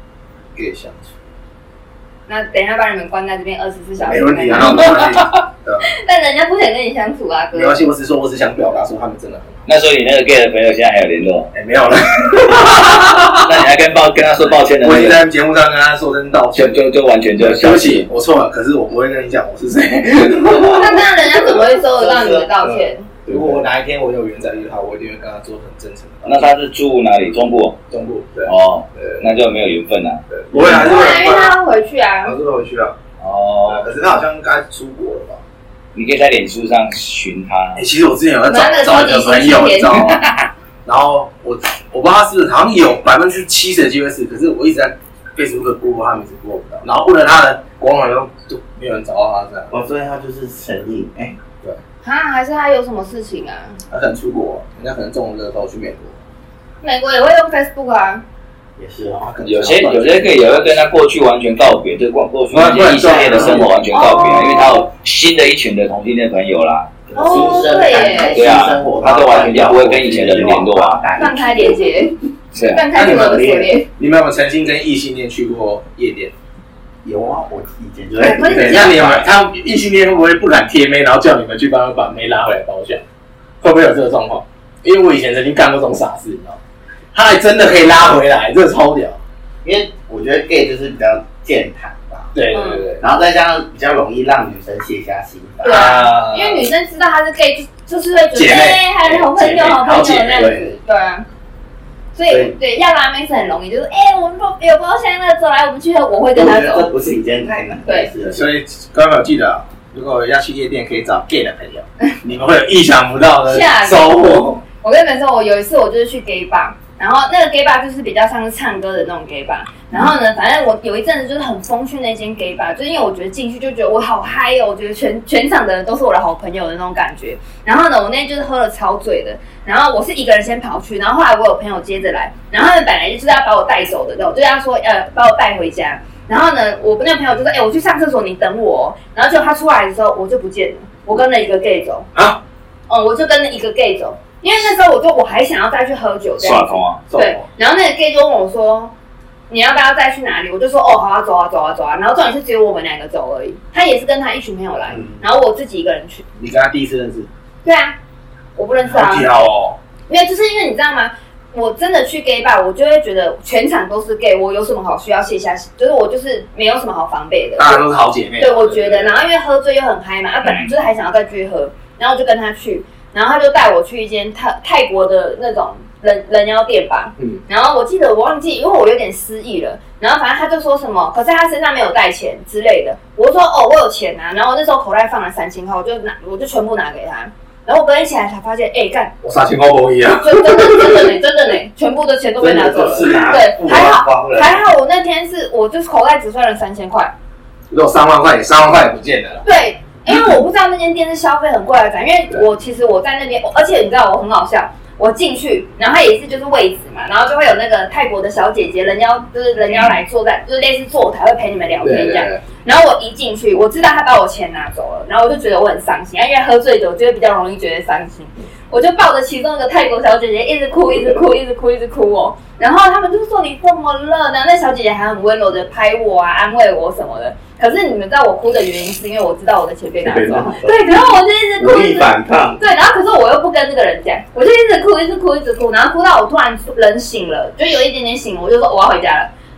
gay 相处。 那等一下把你们关在这边二十四小时， 没问题啊，没关系。 但人家不想跟你相处啊，哥。 没关系，我只说我只想表达说他们真的很好。 那所以你那个 gay 的朋友现在还有联络？ 哎，没有了。 那你还跟抱跟他说抱歉的？ 我已经在节目上跟他说声道歉， 就就完全就对不起，我错了。可是我不会跟你讲我是谁。 那这样人家怎么会收得到你的道歉？ 如果我哪一天我有缘再遇他，我一定会跟他做很真诚的。 那他是住哪里？中部？ 中部，对。 哦，那就没有缘分啦。 对，不会还是会， 因为他要回去啊。 还是会回去啊。 哦。 可是他好像应该出国了吧？ 你可以在脸书上寻他。 其实我之前有在找找一个朋友，你知道吗？然后我我不知道他是不是好像有百分之七十的机会是，可是我一直在 Facebook Google 他名字 Google 不到，然后问了他的官网都都没有人找到他这样。 哦，所以他就是神隐哎。 对。 啊，还是他有什么事情啊？ 他可能出国，人家可能中了乐透去美国。 美国也会用 Facebook 啊。 也是哦， 有些有些 gay 也会跟他过去完全告别，就过过去那些异性恋的生活完全告别啊，因为他有新的一群的同性恋朋友啦。 哦，对耶， 对啊，他都完全就不会跟以前的人联络啊， 断开连接， 是啊。 断开这个锁链。 你们有没有曾经跟异性恋去过夜店？ 有啊，我以前就在。 对，那你有没有？他异性恋会不会不敢贴妹，然后叫你们去帮他把妹拉回来包厢？会不会有这个状况？因为我以前曾经干过这种傻事，你知道吗？他还真的可以拉回来，这个超屌。 因为我觉得 gay 就是比较健谈吧， 对对对， 然后再加上比较容易让女生卸下心防。 对啊，因为女生知道他是 gay， 就就是会觉得哎，还有好朋友，好朋友这样子，对啊。所以对要拉妹是很容易，就是哎，我们有包厢了，走来我们去喝，我会跟他走。 这不是一件太难的事。 所以各位朋友记得，如果要去夜店，可以找 gay 的朋友，你们会有意想不到的收获。 我跟你们说，我有一次我就是去 gay bar。然后那个 gay bar 就是比较像是唱歌的那种 gay bar，然后呢，反正我有一阵子就是很疯去那间 gay bar，就是因为我觉得进去就觉得我好嗨哦，我觉得全全场的人都是我的好朋友的那种感觉。然后呢，我那天就是喝了超醉的，然后我是一个人先跑去，然后后来我有朋友接着来，然后他们本来就是要把我带走的，我就要说呃把我带回家。然后呢，我那个朋友就说，哎、欸，我去上厕所，你等我、哦。然后就他出来的时候，我就不见了，我跟了一个 gay 走啊，嗯，我就跟了一个 gay 走。因为那时候我就我还想要再去喝酒这样子，对，然后那个 gay 就问我说：“你要不要再去哪里？”我就说：“哦，好啊，走啊，走啊，走啊。”然后重点是只有我们两个走而已，他也是跟他一群朋友来，嗯、然后我自己一个人去。 你跟他第一次认识？ 对啊，我不认识啊。 好屌哦！ 没有，就是因为你知道吗？我真的去 gay bar， 我就会觉得全场都是 gay， 我有什么好需要卸下？就是我就是没有什么好防备的， 大家都是好姐妹。 对，我觉得，然后因为喝醉又很嗨嘛，他、啊、本来就是还想要再继续喝，然后我就跟他去。然后他就带我去一间泰泰国的那种人人妖店吧，嗯，然后我记得我忘记，因为我有点失忆了。然后反正他就说什么，可是他身上没有带钱之类的。我说哦，我有钱啊。然后那时候口袋放了三千块，我就拿，我就全部拿给他。然后我隔天起来才发现，哎，干， 我三千块不一样， 就真的真的呢，真的呢，全部的钱都被拿走了。对，还好还好，我那天是我就是口袋只赚了三千块， 如果三万块，三万块也不见得了。 对。因为我不知道那间店是消费很贵的展，因为我其实我在那边，而且你知道我很好笑，我进去，然后它也是就是位置嘛，然后就会有那个泰国的小姐姐，人妖就是人妖来坐在，就是类似坐台会陪你们聊天这样。然后我一进去，我知道他把我钱拿走了，然后我就觉得我很伤心，因为喝醉酒就会比较容易觉得伤心。我就抱着其中一个泰国小姐姐一直哭，一直哭，一直哭，一直哭哦。然后他们就说你怎么了呢？那小姐姐还很温柔的拍我啊，安慰我什么的。可是你们知道我哭的原因是因为我知道我的钱被拿走，对，然后我就一直哭，一直反抗， 对，然后可是我又不跟这个人讲，我就一直哭，一直哭，一直哭，然后哭到我突然人醒了，就有一点点醒了，我就说我要回家了。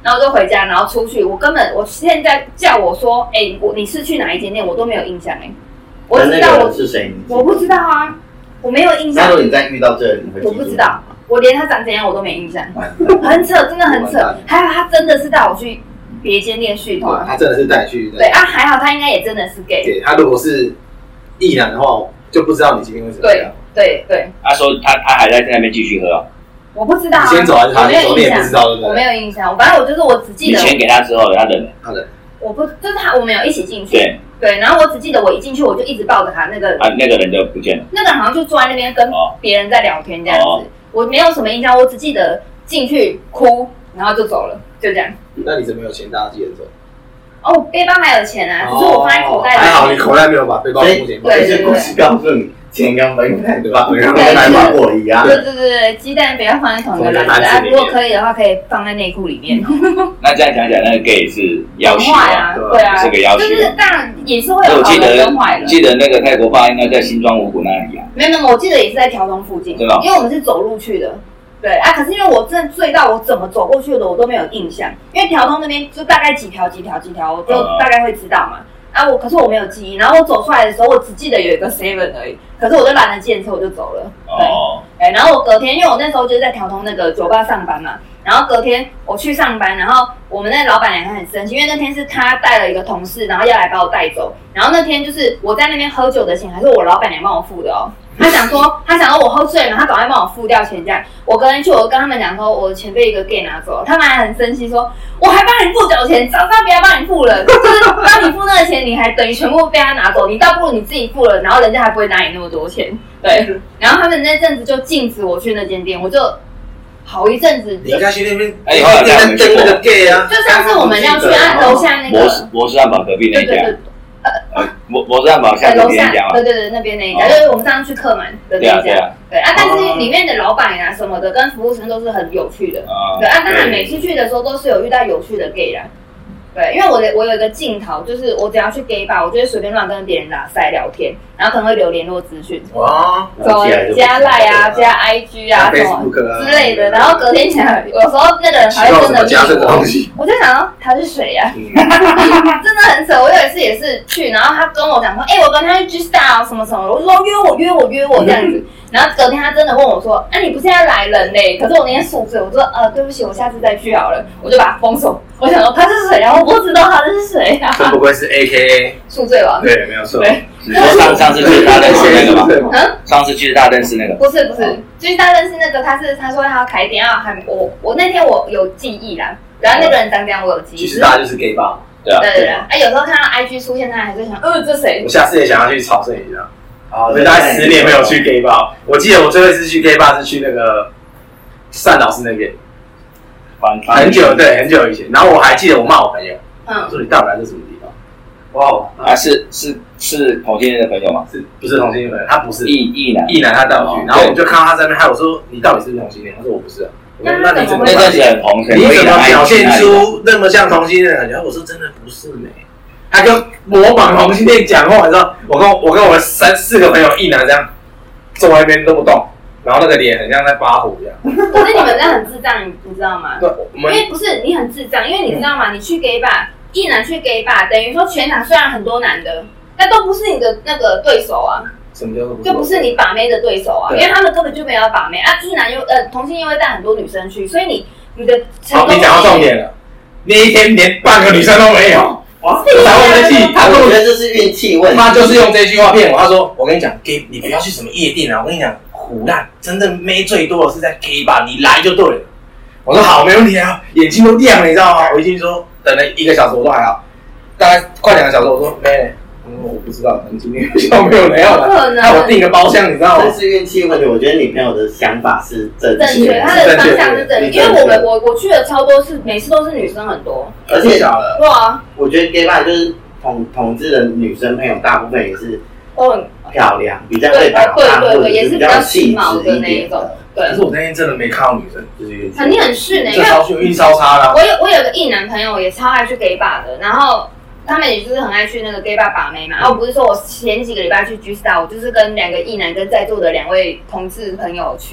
然后我就回家，然后出去，我根本我现在叫我说，哎、欸，我你是去哪一间店，我都没有印象哎、欸。我知道我是谁， 我不知道啊，我没有印象。 那如果你再遇到这人，你会？ 我不知道，我连他长怎样我都没印象，很扯，真的很扯。还好他真的是带我去别间店续团， 他真的是带你去。 对啊，还好他应该也真的是 gay。 对，他如果是异男的话，就不知道你今天会怎么样。 对对对。 他说他他还在那边继续喝啊。 我不知道、啊， 你先走还是他先走？你也不知道，对不对？ 我没有印象，反正我就是我只记得。 你钱给他之后，他忍， 他忍。 我不就是他，我们有一起进去。 对对，然后我只记得我一进去，我就一直抱着他那个。 啊，那个人就不见了。 那个人好像就坐在那边跟别人在聊天这样子，哦、我没有什么印象，我只记得进去哭，然后就走了，就这样。 那你怎么有钱搭计程车？ 哦，背包还有钱啊，只是我放在口袋里。 还好你口袋没有把背包付钱。 对对对。 故事告诉你。钱跟分开对吧？跟买包裹一样。 对对对对，鸡蛋不要放在同一个篮子啊！如果可以的话，可以放在内裤里面。 那这样讲讲，那个 gay 是要挟啊，对啊， 是个要挟。 就是当然也是会有好的跟坏的。 记得那个泰国爸应该在新庄五股那里啊。 没有没有，我记得也是在条东附近， 对吧？ 因为我们是走路去的。对啊，可是因为我真的醉到我怎么走过去的我都没有印象，因为条东那边就大概几条几条几条，我就大概会知道嘛。啊，我可是我没有记忆，然后我走出来的时候，我只记得有一个 seven 而已，可是我就懒得计程车，我就走了。对，哦、对，然后我隔天，因为我那时候就是在条通那个酒吧上班嘛，然后隔天我去上班，然后我们那老板娘很生气，因为那天是他带了一个同事，然后要来把我带走，然后那天就是我在那边喝酒的钱还是我老板娘帮我付的哦。他想说，他想说我喝醉了，他赶快帮我付掉钱这样。我隔天去，我跟他们讲说，我的钱被一个 gay 拿走了，他们还很生气说，我还帮你付酒钱，早知道不要帮你付了，就是帮你付那个钱，你还等于全部被他拿走，你倒不如你自己付了，然后人家还不会拿你那么多钱。对，然后他们那阵子就禁止我去那间店，我就好一阵子。 你应该去那边， 哎，后来在跟那个 gay 啊， 就上次我们要去按楼下那个摩斯摩斯汉堡隔壁那家。 对对对。 呃，摩摩斯汉堡下那边讲对对对，那边那一家，就是我们上次去客满的那一家。对啊，对啊，但是里面的老板啊什么的，跟服务生都是很有趣的。对啊，当然每次去的时候都是有遇到有趣的 gay 啦。对，因为我的我有一个镜头，就是我只要去 gay bar， 我就会随便乱跟别人拉塞聊天，然后可能会留联络资讯，哇，什么加 Line 啊、加 I G 啊什么之类的，然后隔天起来，有时候那个人还会真的加这个东西， 我就想说他是谁呀？真的很扯。我有一次也是去，然后他跟我讲说，哎，我跟他去 G Star 什么什么，我说约我约我约我这样子。然后隔天他真的问我说：“啊，你不是要来人嘞？”可是我那天宿醉，我说：“呃，对不起，我下次再去好了。”我就把他封锁。我想说他是谁啊？我不知道他是谁啊。 这不会是 A K A 宿醉王？ 对，没有错。 对， 你说上上次去大认识那个吗？ 嗯， 上次去大认识那个？ 不是不是，去大认识那个，他是他说他要开店，要还我我那天我有记忆啦，然后那个人长这样我有记忆。 其实大家就是 gay bar。 对啊。 对对对。哎，有时候看到 I G 出现，他还是想，呃，这谁？ 我下次也想要去朝圣一下。哦，所以大概十年没有去 gay bar。我记得我最后一次去 gay bar 是去那个单老师那边，很久对很久以前。然后我还记得我骂我朋友，嗯，我说你到底来自什么地方？哇， 啊是是是同性恋的朋友吗？ 是不是同性恋朋友？他不是异异男， 异男他带我去，然后我就看到他在那边，还有说你到底是不是同性恋？他说我不是啊。 那你怎么那阵子很红？ 你怎么表现出那么像同性恋的感觉？我说真的不是呢。他就模仿同性恋讲话，你知道，我跟我跟我三四个朋友一男这样坐在那边都不动，然后那个脸很像在发火一样。 可是你们这样很智障，你知道吗？ 对， 因为不是你很智障，因为你知道吗？你去 gay bar， 一男去 gay bar， 等于说全场虽然很多男的，但都不是你的那个对手啊。 什么叫做？ 就不是你把妹的对手啊，因为他们根本就没有要把妹啊。一男又呃同性又会带很多女生去，所以你你的好，你讲到重点了，那一天连半个女生都没有。我才会生气，他我觉得这是运气问题。 他就是用这句话骗我，他说：“我跟你讲 ，gay， 你不要去什么夜店啊！我跟你讲，唬烂，真正妹最多的是在 gay 吧，你来就对了。”我说：“好，没问题啊。”眼睛都亮了，你知道吗？我一进去说等了一个小时，我都还好，大概快两个小时，我说妹。嗯，我不知道，你今天就没有人要来，那我订个包厢，你知道吗？ 这是运气问题。我觉得你朋友的想法是正确的，他的方向是正确。因为我们我我去的超多是每次都是女生很多， 而且对啊， 我觉得 gay bar 就是同同志的女生朋友，大部分也是都很漂亮，比较会打扮， 对对对，也是比较时髦的那一种。对， 可是我那天真的没看到女生，就是肯定很逊的，因为运气超差啦。 我有我有个异男朋友也超爱去 gay bar 的，然后。他们也就是很爱去那个 gay bar 把妹嘛，然后不是说我前几个礼拜去 G Star， 我就是跟两个异男跟在座的两位同志朋友去，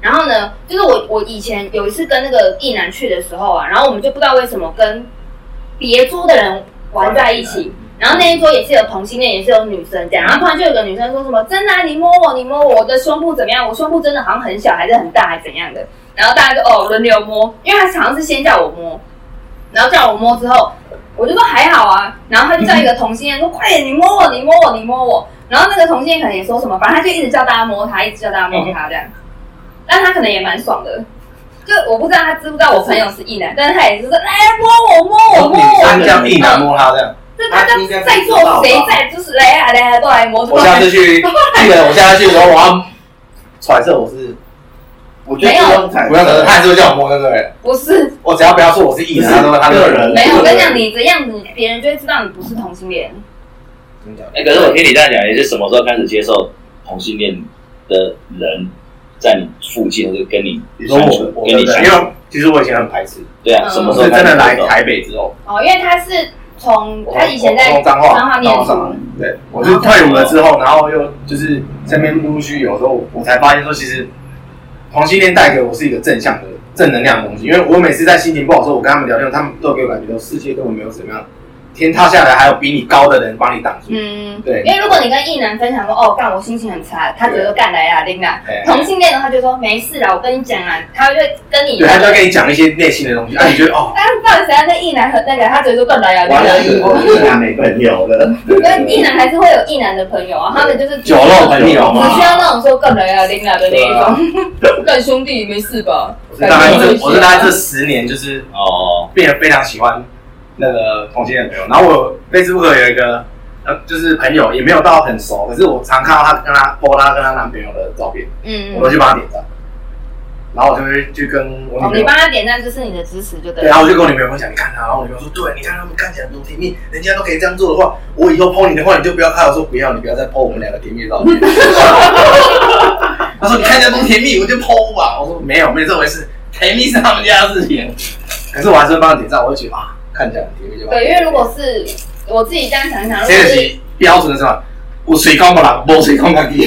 然后呢，就是我我以前有一次跟那个异男去的时候啊，然后我们就不知道为什么跟别桌的人玩在一起。然后那一桌也是有同性恋，也是有女生这样，然后突然就有个女生说什么：“真的、啊，你摸我，你摸我，我的胸部怎么样？我胸部真的好像很小，还是很大，还是怎样的？”然后大家就哦轮流摸，因为他好像是先叫我摸，然后叫我摸之后，我就说还好啊，然后他就叫一个同性恋说：“快点，你摸我，你摸我，你摸我。”然后那个同性恋可能也说什么，反正他就一直叫大家摸他，一直叫大家摸他这样，但他可能也蛮爽的。就我不知道他知不知道我朋友是异男，但是他也是说：“来摸我，摸我，摸我。” 女生叫异男摸他这样。 就大家在座谁在，就是来啊来啊都来摸。 我下次去，记得我下次去的时候，我要揣测我是， 我觉得不用揣测， 不用揣测，他还是会叫我摸，对不对？ 不是， 我只要不要说我是异男，他都他个人。 没有，我跟你讲，你这样子，别人就会知道你不是同性恋。 哎，可是我听你这样讲，你是什么时候开始接受同性恋的人在你附近，或者跟你相处？跟你相处？ 因为其实我以前很排斥。 对啊，什么时候真的来台北之后？ 哦，因为他是。从他以前在彰化念书， 对，我是退伍了之后，然后又就是身边陆陆续有时候我才发现说，其实同性恋带给我是一个正向的正能量的东西。因为我每次在心情不好的时候，我跟他们聊天，他们都给我感觉到世界根本没有怎么样，天塌下来还有比你高的人帮你挡住。嗯，对。 因为如果你跟异男分享说，哦，干我心情很差，他觉得干来啊，丁啊。同性恋的话就说没事啦，我跟你讲啊，他会跟你， 对，他就会跟你讲一些内心的东西，啊，你觉得哦， 但是到底谁跟异男和那个，他觉得说干来啊， 完了以后异男没朋友了。 因为异男还是会有异男的朋友啊，他们就是酒肉朋友嘛， 只需要那种说干来啊，丁啊的那一种，干兄弟没事吧？ 我是大概这，我是大概这十年就是哦，变得非常喜欢。那个同性恋朋友，然后我 Facebook 有一个呃，就是朋友，也没有到很熟，可是我常看到他跟他 po 他跟他男朋友的照片，嗯，我都去帮他点赞，然后我就会去跟我女朋友， 哦，你帮他点赞就是你的支持，就对了。 对，然后我就跟我女朋友分享，你看他，然后我女朋友说，对，你看他们看起来多甜蜜，人家都可以这样做的话，我以后 po 你的话，你就不要看。我说不要，你不要再 po 我们两个甜蜜的照片。他说你看起来多甜蜜，我就 po 吧。我说没有，没这回事，甜蜜是他们家的事情。可是我还是会帮他点赞，我就觉得啊。看起来很甜蜜就好。 对，因为如果是我自己这样想想， 这是标准的是吧？有嘴讲别人，无嘴讲自己。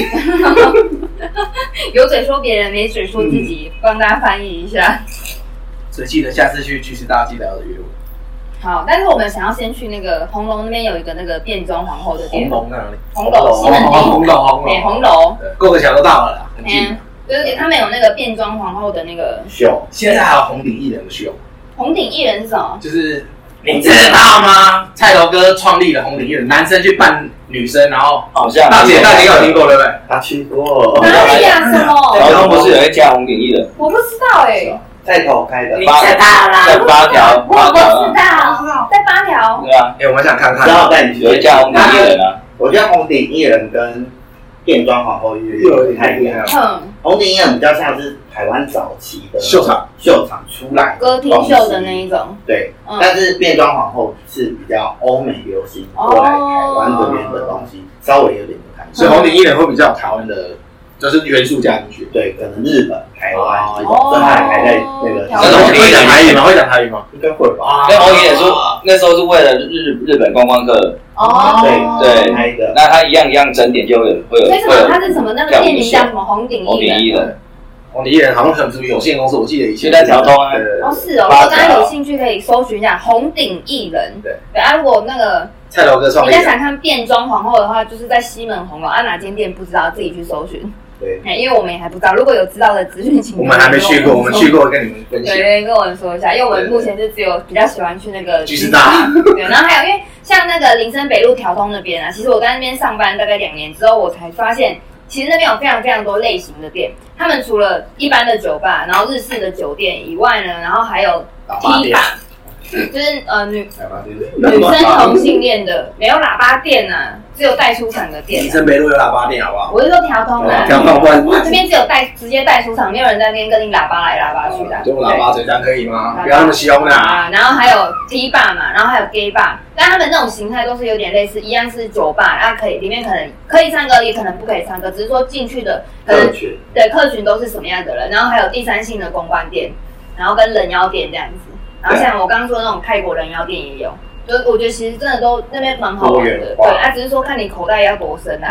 有嘴说别人，没嘴说自己，嗯、帮大家翻译一下。 所以记得下次去去吃，大家记得要约我。 好，但是我们想要先去那个红楼那边有一个那个变装皇后的店。 红楼那里？ 红楼西门町。 红楼红楼。 对，红楼。 过个桥都到了啦，很近。 就是他们有那个变装皇后的那个秀，现在还有红顶艺人的秀。 红顶艺人是什么？ 就是你知道吗？蔡头哥创立了红顶艺人，男生去扮女生，然后好像大姐大姐有听过对不对？ 他去过。 哪里呀？什么？ 高中不是有一家红顶艺人？ 我不知道哎。 在头开的。 你知道啦？ 在八条。 我不知道，在八条。 对啊。 哎，我们想看看。 知道带你去有一家红顶艺人啊。 我觉得红顶艺人跟变装皇后又有点太不一样。嗯。红顶艺人比较像是台湾早期的秀场， 秀场出来歌厅秀的那一种。 对，嗯、但是变装皇后是比较欧美流行过来台湾这边的东西，哦、稍微有点不太一样。 所以红顶艺人会比较台湾的，就是元素加进去。 对，可能日本、台湾这种，所以他还在那个。 那种会讲台语吗？会讲台语吗？ 应该会吧。 跟红顶也说，那时候是为了日日本观光客。 哦， 对对，那他一样一样整点就会有会有。 为什么他是什么？那个店名叫什么？红顶红顶艺人。 红顶艺人好像很属于有限公司，我记得以前在调通啊。 哦，是哦，如果大家有兴趣可以搜寻一下红顶艺人。 对对啊，如果那个蔡头哥创立， 你在想看变装皇后的话，就是在西门红楼啊，哪间店不知道，自己去搜寻。 对， 因为我们也还不知道，如果有知道的资讯，请我们还没去过，我们去过跟你们分享。 对，跟我们说一下，因为我们目前是只有比较喜欢去那个居士大。 对，然后还有因为像那个林森北路调通那边啊，其实我在那边上班大概两年之后，我才发现，其实那边有非常非常多类型的店。他们除了一般的酒吧，然后日式的酒店以外呢，然后还有 T 吧。就是呃女女生同性恋的没有喇叭店啊，只有带出场的店。 林森北路有喇叭店好不好？ 我是说调通啊， 调通关。 这边只有带直接带出场，没有人在那边跟你喇叭来喇叭去的。 用喇叭嘴张可以吗？不要那么凶啦。 然后还有 T bar 嘛，然后还有 gay bar， 但他们那种形态都是有点类似，一样是酒吧，然后可以里面可能可以唱歌，也可能不可以唱歌，只是说进去的客群对客群都是什么样的人。然后还有第三性的公关店，然后跟人妖店这样子。然后像我刚刚说的那种泰国人妖店也有，就是我觉得其实真的都那边蛮好玩的，对，啊，只是说看你口袋要多深啊。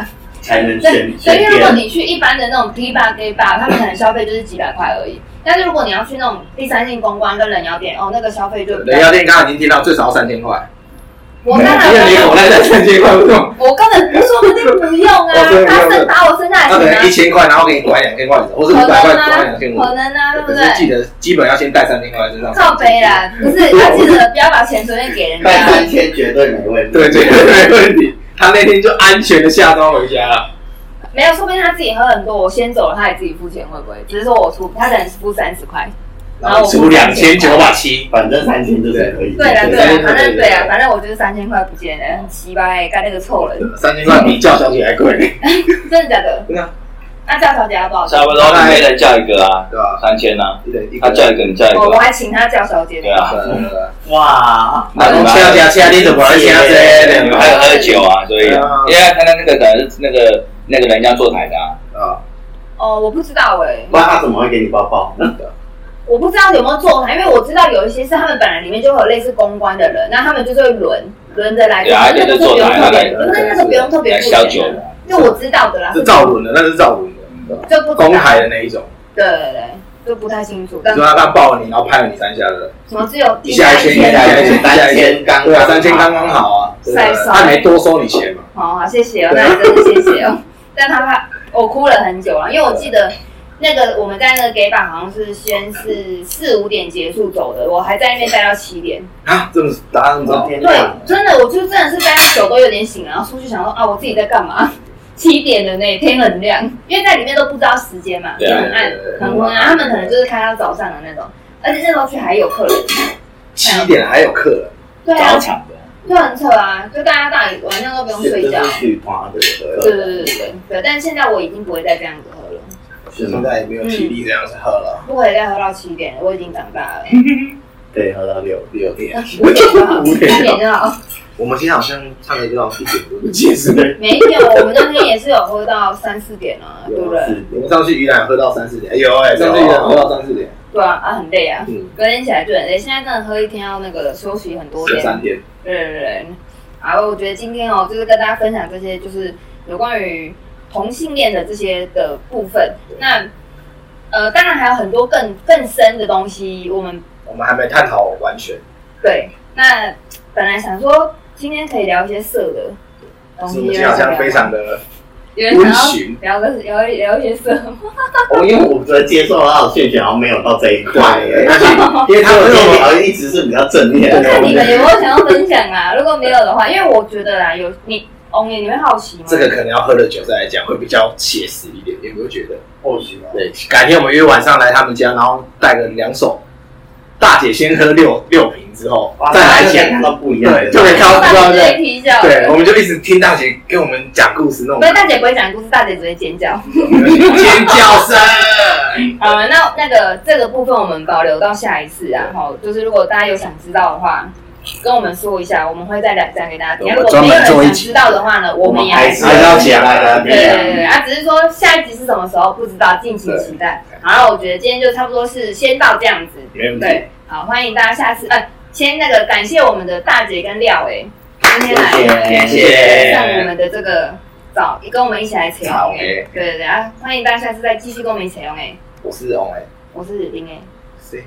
才能选。 所以如果你去一般的那种 T bar、gay bar， 他们可能消费就是几百块而已。但是如果你要去那种第三性公关跟人妖店，哦，那个消费就人妖店刚刚已经听到最少要三千块。 我当然没有，我那才三千块，不用。 我根本不说不定不用啊，他生打我身上他可能一千块，然后给你管两千块，或者五百块管两千五， 可能啊，对不对？ 可是记得基本要先带三千块身上。 靠背啦，不是，他记得不要把钱随便给人家。 带三千绝对没问题， 对，绝对没问题。他那天就安全的下装回家了。 没有，说不定他自己喝很多，我先走了，他也自己付钱，会不会？只是说我出，他可能付三十块。 然后出两千九百七， 反正三千就是可以。 对啦对啦，反正对啊，反正我就是三千块不见了，很奇葩哎，干那个臭人。 三千块比叫小姐还贵。 真的假的？ 真的。 那叫小姐要多少钱？ 差不多，你每人叫一个啊， 对吧？ 三千啊，他叫一个，你叫一个。 我还请他叫小姐。 对啊。 哇， 那你请他请你怎么来请他这？ 你们还有喝酒啊，所以因为看到那个可能是那个那个人家坐台的啊。 哦，我不知道哎。 不然他怎么会给你包包？ 我不知道有没有坐台，因为我知道有一些是他们本来里面就会有类似公关的人，那他们就是会轮轮着来， 那个是不用特别，那那个不用特别付钱，就我知道的啦。 是照轮的，那是照轮的，就不公开的那一种。 对对对，就不太清楚。 说他刚抱了你，然后拍了你三下的。 什么只有一下一千，一下一千， 三千刚， 对啊，三千刚刚好啊。他没多收你钱嘛。 好好，谢谢哦，那真的谢谢哦。但他怕我哭了很久了，因为我记得。那个我们在那个 gay bar 好像是先是四五点结束走的，我还在那边待到七点啊，这么打这么早？ 对，真的，我就真的是待到手都有点醒了，然后出去想说啊，我自己在干嘛？七点了呢，天很亮，因为在里面都不知道时间嘛，也很暗很昏暗，他们可能就是开到早上的那种，而且那时候去还有客人， 七点还有客人， 对啊，就很扯啊，就大家大晚上都不用睡觉， 去花的， 对对对对对对，但是现在我已经不会再这样子喝了。 现在也没有体力这样子喝了， 不可以再喝到七点了，我已经长大了。 对，喝到六六点， 五点就好，五点就好。 我们今天好像唱歌就到一点多就结束了。 没有，我们那天也是有喝到三四点啊，对不对？ 我们上去宜兰喝到三四点，有哎，上去宜兰喝到三四点。 对啊，啊很累啊，隔天起来就很累。现在真的喝一天要那个休息很多天， 三天。 对对对。然后我觉得今天哦，就是跟大家分享这些，就是有关于同性恋的这些的部分。那呃，当然还有很多更更深的东西，我们我们还没探讨完全。 对，那本来想说今天可以聊一些色的东西， 今天好像非常的温驯，聊个聊聊一些色。 我因为我觉得接受到的讯息好像没有到这一块， 因为他们今天聊一直是比较正面的。 看你们有没有想要分享啊？如果没有的话，因为我觉得啦，有你。哦，你会好奇吗？ 这个可能要喝了酒再来讲，会比较写实一点，有没有觉得？ 或许吧。 对，改天我们约晚上来他们家，然后带个两手，大姐先喝六六瓶之后，再来讲， 看到不一样的， 就可以看到不一样的。 对， 我们就一直听大姐跟我们讲故事那种。 所以大姐不会讲故事，大姐只会尖叫， 尖叫声。 好，那那个这个部分我们保留到下一次啊。好，就是如果大家有想知道的话。跟我们说一下，我们会再讲给大家听。如果没有人想知道的话呢，我们也还是要起来的。 对对对对，啊，只是说下一集是什么时候不知道，敬请期待。好，我觉得今天就差不多是先到这样子。 没问题。 对，好，欢迎大家下次。呃，先那个感谢我们的大姐跟廖哎，今天来谢谢上我们的这个早，跟我们一起来扯红哎。对对对啊，欢迎大家下次再继续跟我们一起扯红哎。 我是红哎， 我是林哎。 谁？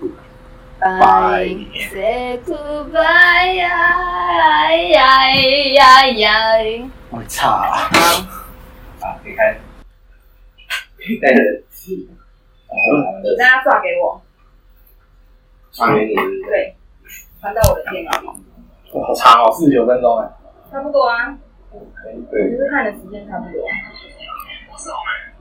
Bye, say goodbye 呀呀呀呀！ 我操啊！ 好，可以开，可以开冷气。 你大家抓给我， 传给你。 对，传到我的电脑里。 哇，好长哦，四十九分钟哎。 差不多啊。 对。 就是看的时间差不多。